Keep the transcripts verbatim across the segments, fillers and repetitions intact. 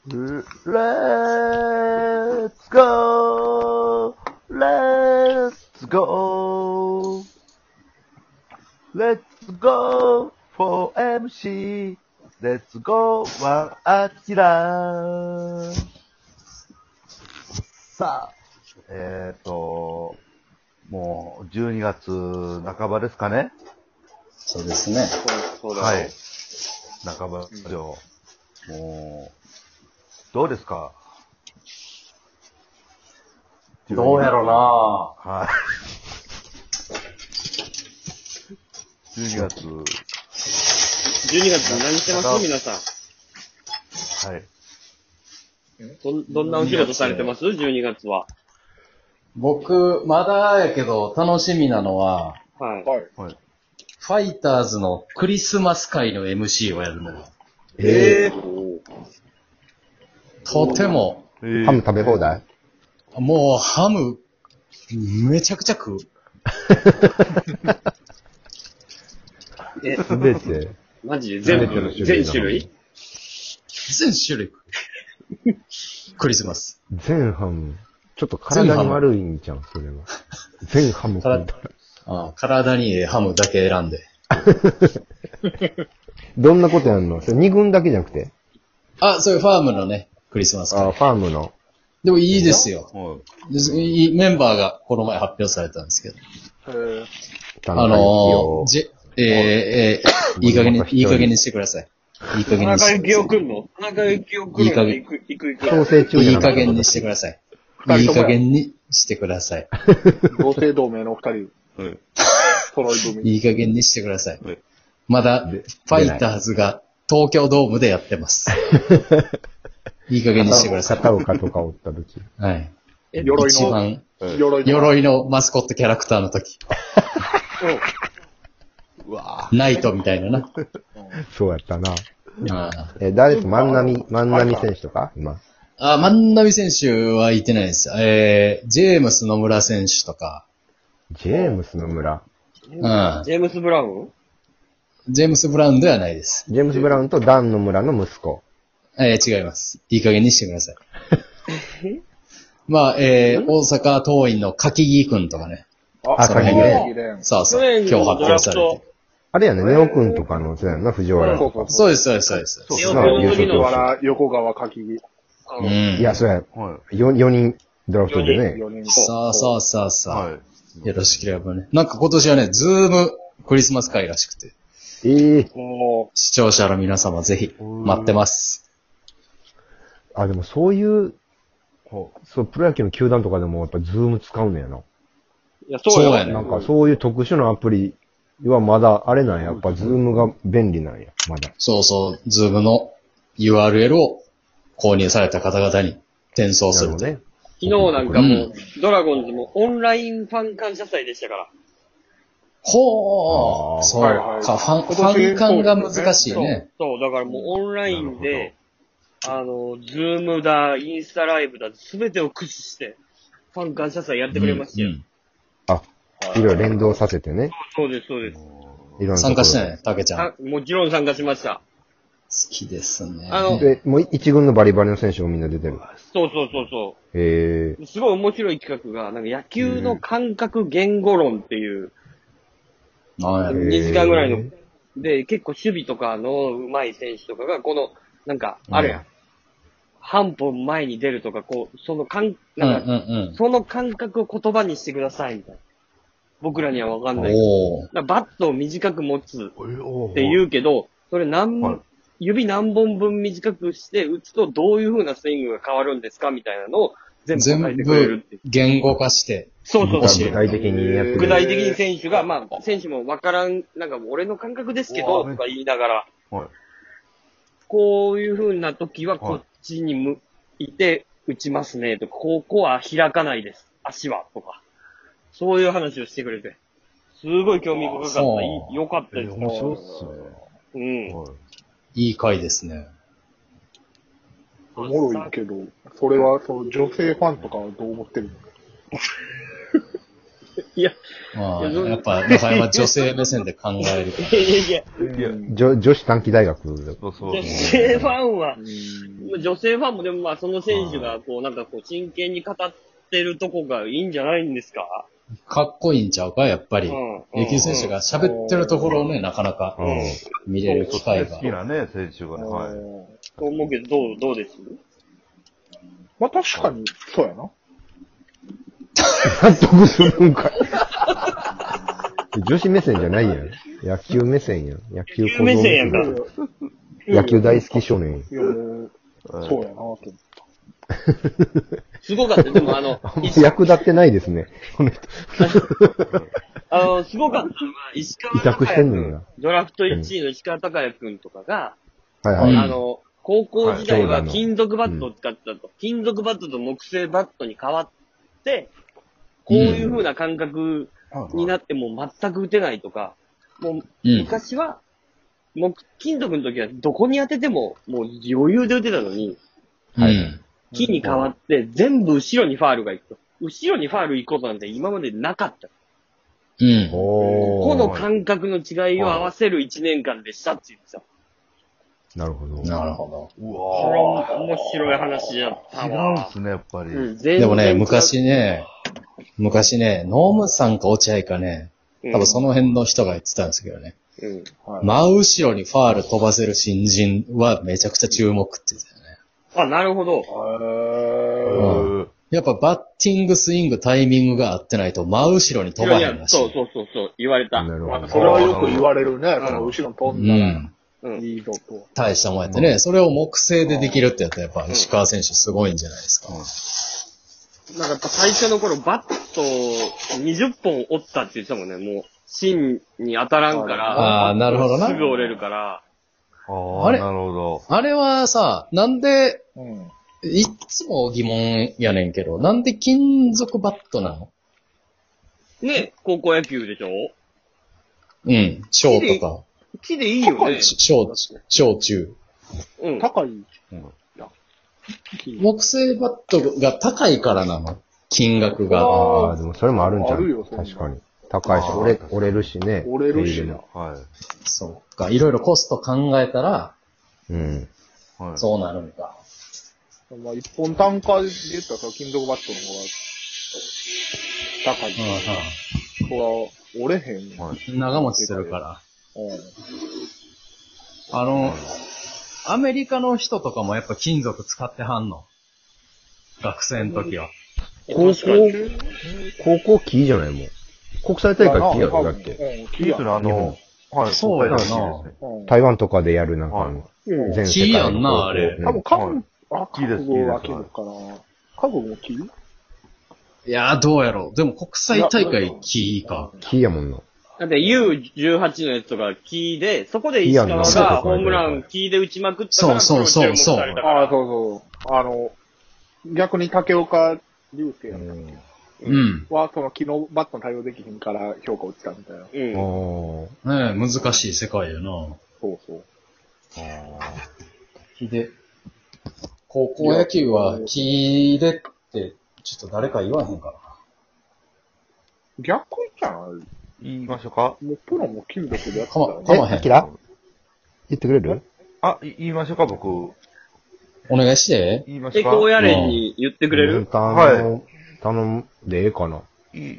Let's go! Let's go! Let's go for エムシー! Let's go ワンアキラさあ、えっ、ー、と、もうじゅうにがつなかばですかね。 そうですね。 そうだはい。半ば以上、うん。もう、どうですか？ どうやろうなはい。じゅうにがつ。 じゅうにがつ何してます皆さん。 はい。 ど、どんなお仕事されてます ?じゅうにがつは。 僕、まだやけど、楽しみなのは、 はい。 はい。 ファイターズのクリスマス会の エムシー をやるのよ。 えー、 とても、 えー、ハム食べ放題？ もう、ハム、めちゃくちゃ食う。 え、すべて。 マジで全部、全種類全種類。クリスマス。 全ハム。ちょっと体に悪いんじゃん、それは。全ハム食う。 ああ、体にハムだけ選んで。 どんなことやんの？それに軍だけじゃなくて？ あ、そういうファームのね、クリスマス会。 あ、ファームの。 でもいいですよ。いいメンバーがこの前発表されたんですけど。へあのー、じ、えー、えー、いい加減に、いい加減にしてください。いい加減にしてください。 田中幸雄来んの田中幸雄来るのいい加減。 行く、行く、行く。 調整中いい加減にしてください。いい加減にしてください。 同姓同名のお二人。うん。揃い踏み。 いい加減にしてください。まだ、ファイターズが東京ドームでやってます。いい加減にしてください。 片岡とかおった時。 はい。 鎧の、 一番、 鎧の、 鎧のマスコットキャラクターの時。 うわナイトみたいなな。 そうやったな。 あえ、誰です万波、万波選手とか今。 あ、万波選手はいてないです。えー、ジェームス野村選手とか。 ジェームス野村。 うん。 ジェームス・ブラウンジェームス・ブラウンではないです。 ジェームス・ブラウンとダン野村の息子。 えー、違います。いい加減にしてください。まあ、えー、大阪桐蔭の柿木くんとかね。 あ、柿木ね。 そうそう。今日発表されて。 あれやね、ネオくんとかの、そうやんな、藤原とか。 そうです、そうです、そうです。 ネオくんの時の原、横川柿木。 うん。 いや、そうや。よにんドラフトでね。 そうそうそうそう。よろしければね。なんか今年はね、ズームクリスマス会らしくて。 ええ。 視聴者の皆様ぜひ、待ってます。 あ、でもそういう、そう、プロ野球の球団とかでもやっぱズーム使うねやな。 いや、そうやね。 なんかそういう特殊なアプリはまだあれなんや。やっぱズームが便利なんや、まだ。 そうそう、ズームの ユーアールエル を購入された方々に転送すると。 ね。昨日なんかもう、うん、ドラゴンズもオンラインファン感謝祭でしたから。 ほー。そうか、はいはい、ファン、ファン感が難しいね。 そう、そうだからもうオンラインで、あの、ズームだ、インスタライブだ、すべてを駆使して、ファン感謝祭やってくれましたよ。うんうん、 あ、いろいろ連動させてね。 そうです、そうです。 いろんな参加したね、たけちゃん。 もちろん参加しました。 好きですね。 あの、 で、もう一軍のバリバリの選手もみんな出てる。 そうそうそうそう。 へえ。すごい面白い企画が、なんか野球の感覚言語論っていう、にじかんぐらいの、で、結構守備とかの上手い選手とかが、この、なんか、あるやん。半歩前に出るとか、こう、その感、なんか、うんうんうん、その感覚を言葉にしてください、みたいな。僕らにはわかんないけど。バットを短く持つって言うけど、それ何、はい、指何本分短くして打つとどういう風なスイングが変わるんですかみたいなのを全部書いてくれるっていう。 言語化して。 そうそうそう。 具体的にやってる。 具体的に選手が、まあ、選手もわからん、なんか俺の感覚ですけど、とか言いながら、はい、こういう風な時はこっちに向いて打ちますね、とか、ここは開かないです。足は、とか。そういう話をしてくれて。すごい興味深かった。よかったです。 面白いっすね。 うん。 はい、いい回ですね。 おもろいけど、それは、その女性ファンとかはどう思ってるのいや、 まあ、やっぱ、中山女性目線で考えるから。 いやいやいや。 女女子短期大学。 そうそう。 女性ファンは、女性ファンもでもまあその選手がこうなんかこう真剣に語ってるとこがいいんじゃないんですか？ かっこいいんちゃうかやっぱり。野球選手が喋ってるところをね、なかなか見れる機会が。 好きなね、選手がね。はい。 と思うけど、どう、どうです？ まあ確かに、そうやな。 納得するんかい。女子目線じゃないやん。野球目線やん。野球小僧目線やんか。 野球大好き少年。 いや、もう、そうやなと思った。 すごかった。でもあの、 役立ってないですね。 あの、すごかったのは、石川隆也君、ドラフトいちいの石川隆也君とかが、 はいはい、 あの、高校時代は金属バットを使ってたと。金属バットと木製バットに変わって、こういう風な感覚になっても全く打てないとか、もう昔は、もう金属の時はどこに当ててももう余裕で打てたのに、 はい、 木に変わって全部後ろにファールが行くと。後ろにファール行くことなんて今までなかった。 うん。 この感覚の違いを合わせるいちねんかんでしたって言ってた。 なるほど。 なるほど。 うわぁ。面白い話だったわ。 違うんすね、やっぱり。うん、 でもね、昔ね、昔ね、ノームさんか落合かね、多分その辺の人が言ってたんですけどね。 うんはい、真後ろにファール飛ばせる新人はめちゃくちゃ注目って言ってたよね。 あ、なるほど。 うん、やっぱバッティングスイングタイミングが合ってないと真後ろに飛ばへんらしい。 そうそうそうそう、言われた。 まあ、それはよく言われるね。その後ろに飛んだら。うん。いいぞと。 大したもんやってね。それを木製でできるってやったらやっぱ石川選手すごいんじゃないですか。 うん、なんかやっぱ最初の頃バットにじゅっぽん折ったって言ってたもんね。もう芯に当たらんから。 ああ、なるほどな。 すぐ折れるから。 ああ、なるほど。 あれはさ、なんで、うん、いっつも疑問やねんけど、なんで金属バットなの？ ね、高校野球でしょ？ うん、小とか。 木でいいよね。 小、小中。 うん。 高い。うん、 木製バットが高いからなの？金額が。 ああ、でもそれもあるんじゃん。確かに。高いし、折れ、折れるしね。 折れるしな。 はい。 そうか。いろいろコスト考えたら、 うん。 そうなるんか。 まあ、一本単価で言ったらさ、金属バットの方が高い。うん、そら、折れへん。 はい、長持ちするから。 うん、 あの、アメリカの人とかもやっぱ金属使ってはんの？学生の時は。 高校、高校木じゃないもん。国際大会木やろ、だっけ。 木ってのはあの、 はい、そうやな。 台湾とかでやるなんかの、 全世界の。木やんな、あれ。 多分、韓、あ、木です、木です。かな。韓国も木？いやー、どうやろう。でも国際大会木か。 木やもんな。 だって ユーじゅうはち のやつとか木で、そこで石川がホームラン木で打ちまくったから、 そうそうそうそう。 ああ、そうそう。あの、逆に竹岡龍介やったっけ？ うん。 は、その木のバットの対応できひんから評価落ちたみたいな。うん。 ねえ、難しい世界やな。 そうそう。 ああ。木で。高校野球は木でって、ちょっと誰か言わへんかな。 逆じゃない言いましょうか。 もうプロも金属でやってたら、ね。かまへん。 アキラ言ってくれる？ あ、言いましょうか、僕。 お願いして。 言いましょうか。 え、こうやれに言ってくれる？ はい。頼んでええかな。 いい。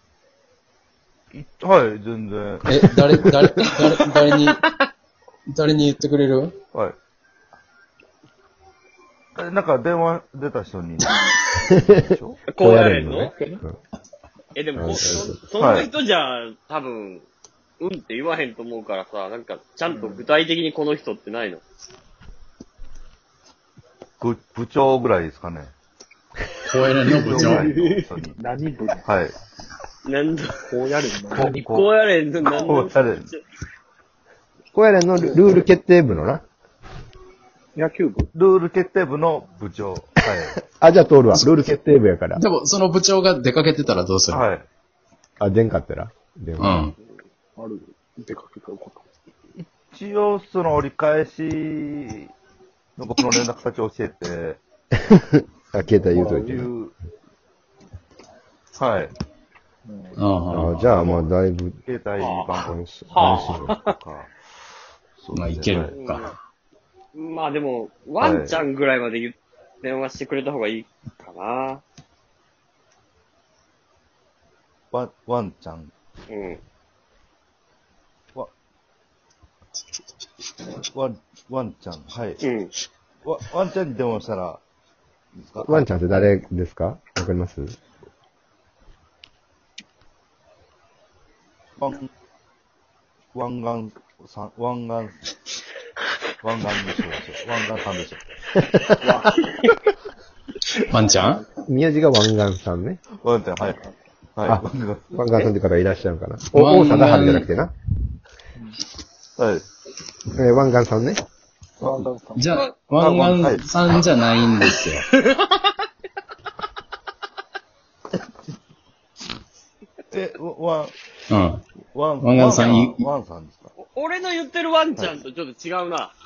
はい、全然。 え、誰、誰、誰、誰に、誰に言ってくれる？ はい。え、なんか電話出た人に。 こうやれんの？え、でも、そ、そんな人じゃ、多分、うんって言わへんと思うからさ、なんか、ちゃんと具体的にこの人ってないの？ 部、部長ぐらいですかね。 こうやれんの部長。 何部？ はい。 なんだ、 こうやれんの何こうやれんの何こうやれん。 こうやれんのルール決定部のな。 野球部？ ルール決定部の部長。はい。 あ、じゃあ通るわ。ルール決定部やから。 でも、その部長が出かけてたらどうする？ はい。 あ、出んかったらうん。 ある出かけたこと。 一応、その折り返しの僕の連絡先教えて。 あ、携帯言うといて。 はい。 うん、あじゃあ、まあ、だいぶ。 携帯番号とか。 まあ、いけるか。 まあでも、ワンちゃんぐらいまで電話してくれた方がいいかな。 ワ、ワンちゃん。 うん。 わ、ワン、ワンちゃん。はい。 うん。 ワ、ワンちゃんに電話したら、いいですか？ ワンちゃんって誰ですか？わかります？ ワン、湾岸さん、湾岸、湾岸の人ですよ。湾岸さんですよ。 ワンちゃん？ 宮地が湾岸さんね。 ワンちゃん、はい。はい。 あ、湾岸さんって方いらっしゃるかな。お、大貞治じゃなくてな。 はい。 えー、湾岸さんね。 じゃあ、湾岸さんじゃないんですよ。 え、ワン、 うん。 ワン、 湾岸さんい、 ワンさんですか？ 俺の言ってるワンちゃんとちょっと違うな。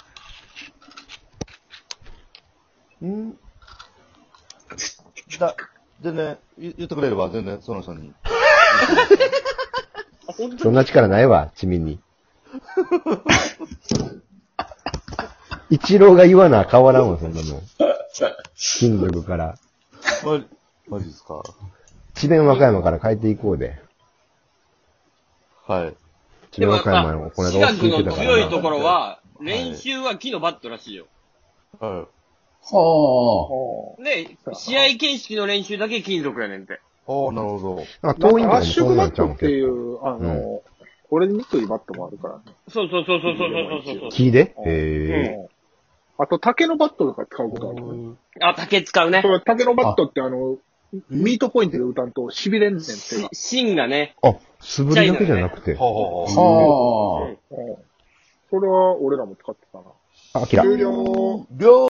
んだ、全然、言ってくれれば全然その人に。 そんな力ないわ、ちみに。一郎が言わな変わらんわ、そんなの。金属から。 マジ、マジですか？ 智弁和歌山から帰っていこうで。 はい。 智弁和歌山のこの間近くの強いところは、練習は木のバットらしいよ。 はい。 はあ。で、試合形式の練習だけ金属やねんて。 ああ、なるほど。 あ、遠いんだ圧縮バットっていう、あの、折れにくいバットもあるからね。 そうそうそうそうそうそう。 木で？へぇー。 あと、竹のバットとか使うことある。 あ、竹使うね。 竹のバットってあの、ミートポイントで打たんと痺れんねんって。 芯がね。 あ、素振りだけじゃなくて。 はあ。 それは俺らも使ってたな。 あ、きら。 終了。